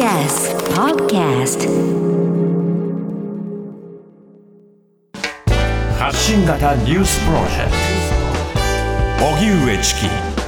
TBS Podcast 発信型ニュースプロジェクト荻上チキ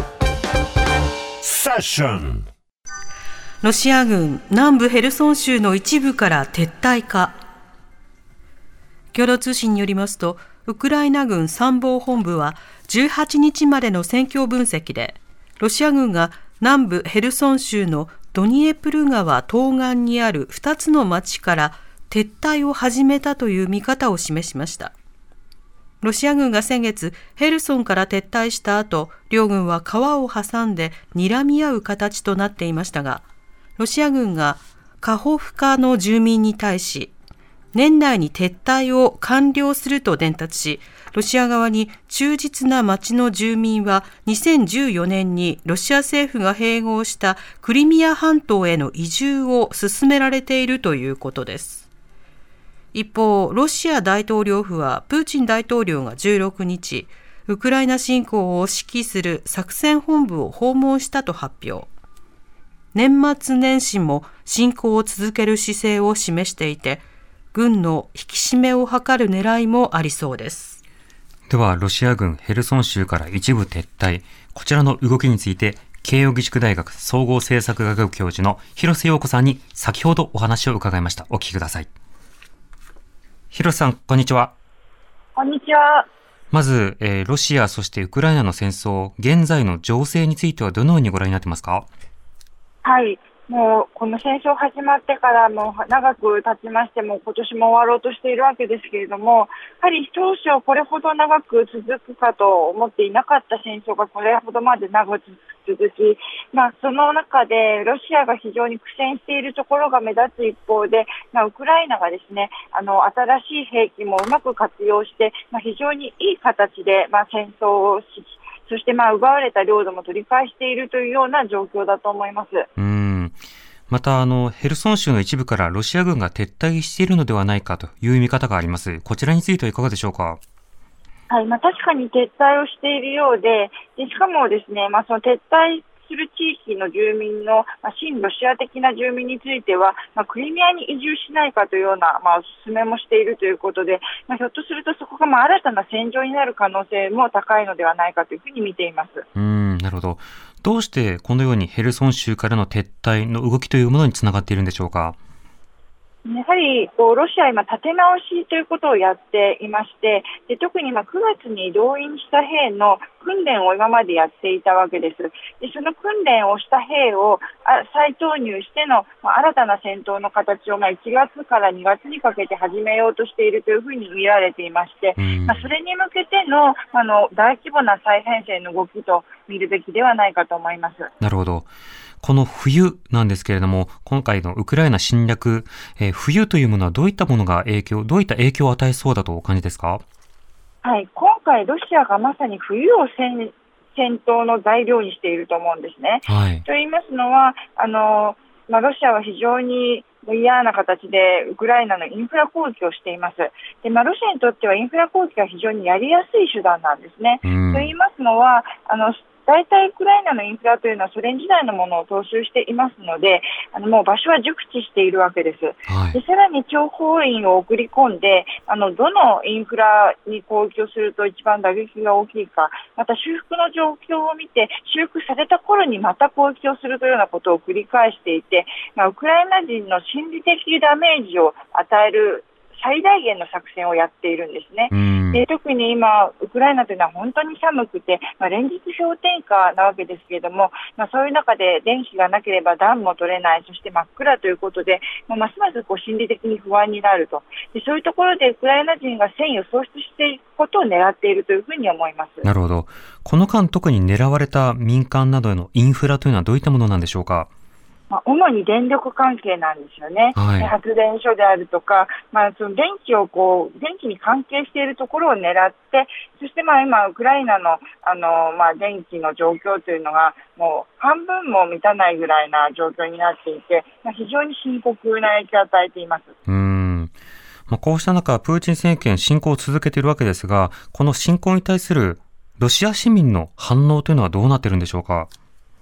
セッション。 ロシア軍南部ヘルソン州の一部から撤退か。共同通信によりますと、ウクライナ軍参謀本部は18日までの戦況分析で、ロシア軍が南部ヘルソン州のドニエプル川東岸にある2つの町から撤退を始めたという見方を示しました。ロシア軍が先月ヘルソンから撤退した後、両軍は川を挟んで睨み合う形となっていましたが、ロシア軍がカホフカの住民に対し、年内に撤退を完了すると伝達し、ロシア側に忠実な町の住民は2014年にロシア政府が併合したクリミア半島への移住を進められているということです。一方、ロシア大統領府はプーチン大統領が16日、ウクライナ侵攻を指揮する作戦本部を訪問したと発表。年末年始も侵攻を続ける姿勢を示していて、軍の引き締めを図る狙いもありそうです。 では、ロシア軍ヘルソン州から一部撤退、こちらの動きについて、慶應義塾大学総合政策学部教授の広瀬陽子さんに先ほどお話を伺いました。お聞きください。広瀬さん、こんにちは。 こんにちは。 まず、ロシアそしてウクライナの戦争、現在の情勢についてはどのようにご覧になってますか？ はい。もうこの戦争始まってからもう長く経ちまして、もう今年も終わろうとしているわけですけれども、やはり当初これほど長く続くかと思っていなかった戦争がこれほどまで長く続き、その中でロシアが非常に苦戦しているところが目立つ一方で、ウクライナがですね、新しい兵器もうまく活用して、非常にいい形で戦争をし、そして奪われた領土も取り返しているというような状況だと思います。 またヘルソン州の一部からロシア軍が撤退しているのではないかという見方があります。こちらについてはいかがでしょうか？ はい、確かに撤退をしているようで、しかもですね、その撤退する地域の住民の、親ロシア的な住民については、クリミアに移住しないかというような、お勧めもしているということで、ひょっとするとそこが新たな戦場になる可能性も高いのではないかというふうに見ています。 なるほど。どうしてこのようにヘルソン州からの撤退の動きというものにつながっているんでしょうか？ やはりロシアは今立て直しということをやっていまして、特に9月に動員した兵の訓練を今までやっていたわけです。その訓練をした兵を再投入しての新たな戦闘の形を1月から2月にかけて始めようとしているというふうに見られていまして、それに向けての大規模な再編成の動きと見るべきではないかと思います。 なるほど。この冬なんですけれども、今回のウクライナ侵略、冬というものはどういった影響を与えそうだとお感じですか？ はい、今回ロシアがまさに冬を戦闘の材料にしていると思うんですね。 はい、 と言いますのは、ロシアは非常に嫌な形でウクライナのインフラ攻撃をしています。で、ロシアにとってはインフラ攻撃が非常にやりやすい手段なんですね。と言いますのは、大体ウクライナのインフラというのはソ連時代のものを踏襲していますので、もう場所は熟知しているわけです。で、さらに諜報員を送り込んで、どのインフラに攻撃をすると一番打撃が大きいか、また修復の状況を見て、修復された頃にまた攻撃をするというようなことを繰り返していて、ウクライナ人の心理的ダメージを与える最大限の作戦をやっているんですね。で、特に今ウクライナというのは本当に寒くて、連日氷点下なわけですけれども、そういう中で電気がなければ暖も取れない、そして真っ暗ということで、ますます心理的に不安になると。で、そういうところでウクライナ人が戦意を喪失していくことを狙っているというふうに思います。 なるほど。この間特に狙われた民間などへのインフラというのはどういったものなんでしょうか？ 主に電力関係なんですよね。発電所であるとか、その電気に関係しているところを狙って、そして今ウクライナの電気の状況というのがもう半分も満たないぐらいな状況になっていて、非常に深刻な影響を与えています。 こうした中、プーチン政権侵攻を続けているわけですが、この侵攻に対するロシア市民の反応というのはどうなっているんでしょうか？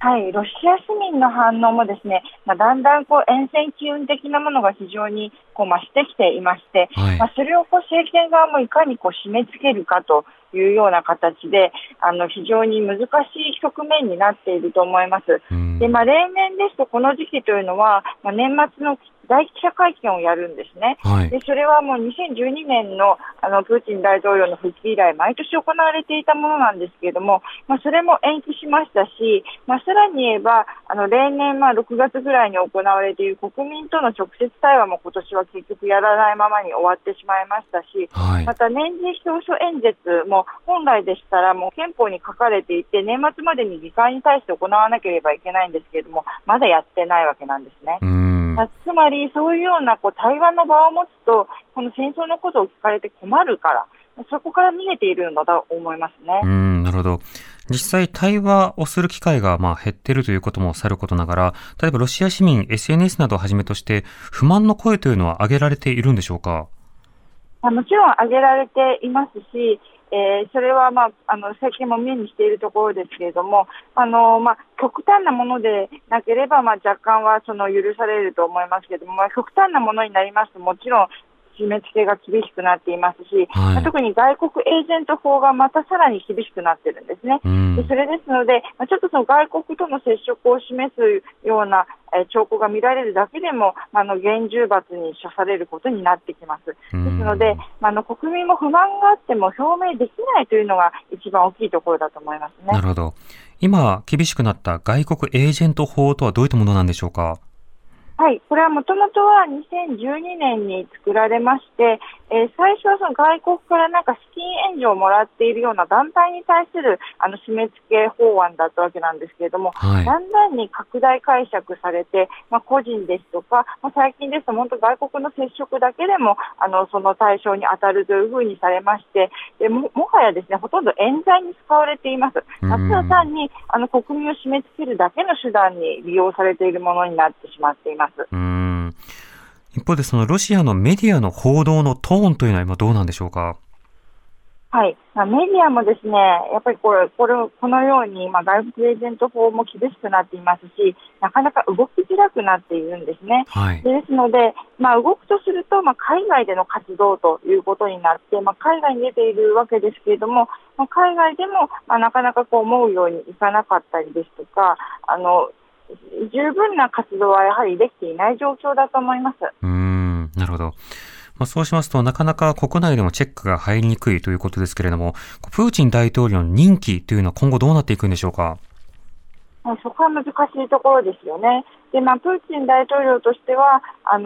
はい、ロシア市民の反応もですね、だんだん厭戦機運的なものが非常に増してきていまして、 はい、 それを政権側もいかに締め付けるかというような形で、非常に難しい局面になっていると思います。で、例年ですとこの時期というのは、年末の大記者会見をやるんですね。 はい、 でそれはもう2012年のプーチン大統領の復帰以来毎年行われていたものなんですけれども、それも延期しましたし、さらに言えば例年6月ぐらいに行われている国民との直接対話も今年は結局やらないままに終わってしまいましたし、 はい、 また年次表彰演説も本来でしたらもう憲法に書かれていて年末までに議会に対して行わなければいけないんですけれども、まだやってないわけなんですね。つまりそういうような対話の場を持つとこの戦争のことを聞かれて困るから、そこから逃げているのだと思いますね。 なるほど。実際対話をする機会が減っているということもさることながら、例えばロシア市民 SNS などをはじめとして不満の声というのは上げられているんでしょうか。 もちろん上げられていますし、それは政権も目にしているところですけれども、極端なものでなければ若干は許されると思いますけれども、極端なものになりますともちろん締め付けが厳しくなっていますし、 はい、 特に外国エージェント法がまたさらに厳しくなっているんですね。でそれですので、ちょっとその外国との接触を示すような兆候が見られるだけでも厳重罰に処されることになってきます。ですので、国民も不満があっても表明できないというのが一番大きいところだと思いますね。 なるほど。今厳しくなった外国エージェント法とはどういったものなんでしょうか。 はい、これはもともとは2012年に作られまして、最初はその外国から資金援助をもらっているような団体に対する締め付け法案だったわけなんですけれども、 はい、 だんだんに拡大解釈されて、個人ですとか、最近ですと本当外国の接触だけでもその対象に当たるというふうにされまして、もはやですね、ほとんど冤罪に使われています。ただ単に国民を締め付けるだけの手段に利用されているものになってしまっています。 一方でそのロシアのメディアの報道のトーンというのは今どうなんでしょうか。 はい、メディアもですね、やっぱりこのように外国エージェント法も厳しくなっていますし、なかなか動きづらくなっているんですね。 はい、 ですので、動くとすると、海外での活動ということになって、海外に出ているわけですけれども、海外でも、なかなか思うようにいかなかったりですとか、十分な活動はやはりできていない状況だと思います。 なるほど。そうしますとなかなか国内でもチェックが入りにくいということですけれども、プーチン大統領の任期というのは今後どうなっていくんでしょうか。 そこは難しいところですよね。で、プーチン大統領としては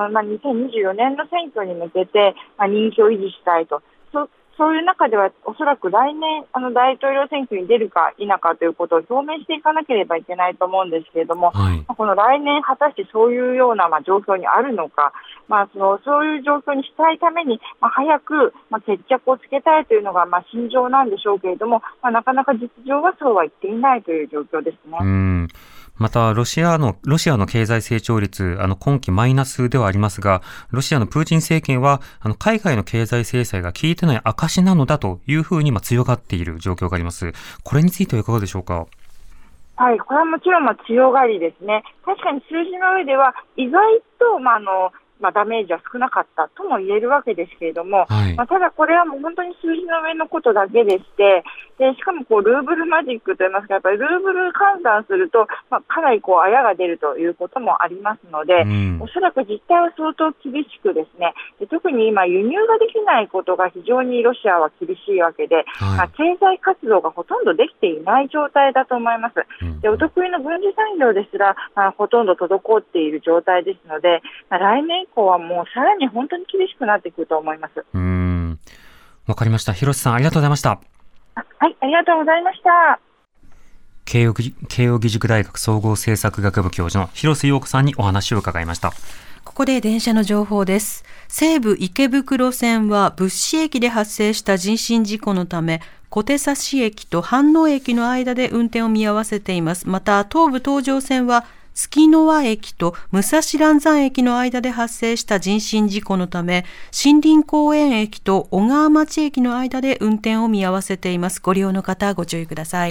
2024年の選挙に向けて人気を維持したいと。そういう中ではおそらく来年大統領選挙に出るか否かということを表明していかなければいけないと思うんですけれども、 はい、 この来年果たしてそういうような状況にあるのか、そういう状況にしたいために早く決着をつけたいというのが心情なんでしょうけれども、なかなか実情はそうは言っていないという状況ですね。 またロシアの経済成長率今期マイナスではありますが、ロシアのプーチン政権は海外の経済制裁が効いてない証なのだというふうに強がっている状況があります。これについてはいかがでしょうか。 はい、これはもちろん強がりですね。確かに数字の上では意外とダメージは少なかったとも言えるわけですけれども、 はい、 ただこれはもう本当に数字の上のことだけでして、しかもルーブルマジックといいますか、やっぱりルーブル換算すると、かなりあやが出るということもありますので、おそらく実態は相当厳しくですね、特に今輸入ができないことが非常にロシアは厳しいわけで、 はい、 経済活動がほとんどできていない状態だと思います。で、お得意の軍事産業ですらほとんど滞っている状態ですので、来年以降はもうさらに本当に厳しくなってくると思います。 わかりました。広瀬さん、ありがとうございました。 はい、ありがとうございました。 慶應義塾大学総合政策学部教授の広瀬陽子さんにお話を伺いました。 ここで電車の情報です。西武池袋線は物資駅で発生した人身事故のため、小手指駅と飯能駅の間で運転を見合わせています。また東武東上線は月の輪駅と武蔵嵐山駅の間で発生した人身事故のため、森林公園駅と小川町駅の間で運転を見合わせています。ご利用の方ご注意ください。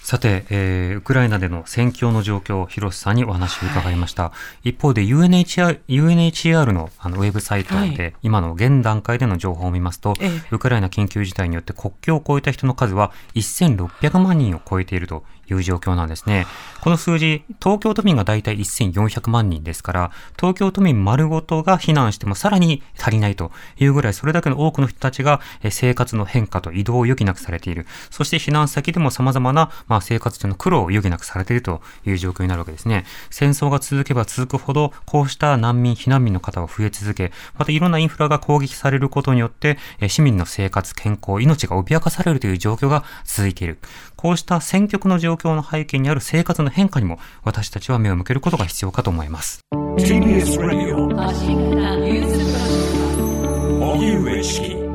さて、ウクライナでの戦況の状況、広瀬さんにお話を伺いました。一方で UNHCR のウェブサイトで、今の現段階での情報を見ますと、ウクライナ緊急事態によって国境を越えた人の数は1600万人を超えているという状況なんですね。この数字、東京都民がだいたい1400万人ですから、東京都民丸ごとが避難してもさらに足りないというぐらい、それだけの多くの人たちが生活の変化と移動を余儀なくされている。そして避難先でも様々な生活中の苦労を余儀なくされているという状況になるわけですね。戦争が続けば続くほど、こうした難民、避難民の方が増え続け、またいろんなインフラが攻撃されることによって、市民の生活、健康、命が脅かされるという状況が続いている。こうした戦局の状況の背景にある生活の変化にも私たちは目を向けることが必要かと思います。 TBS Radio 荻上チキ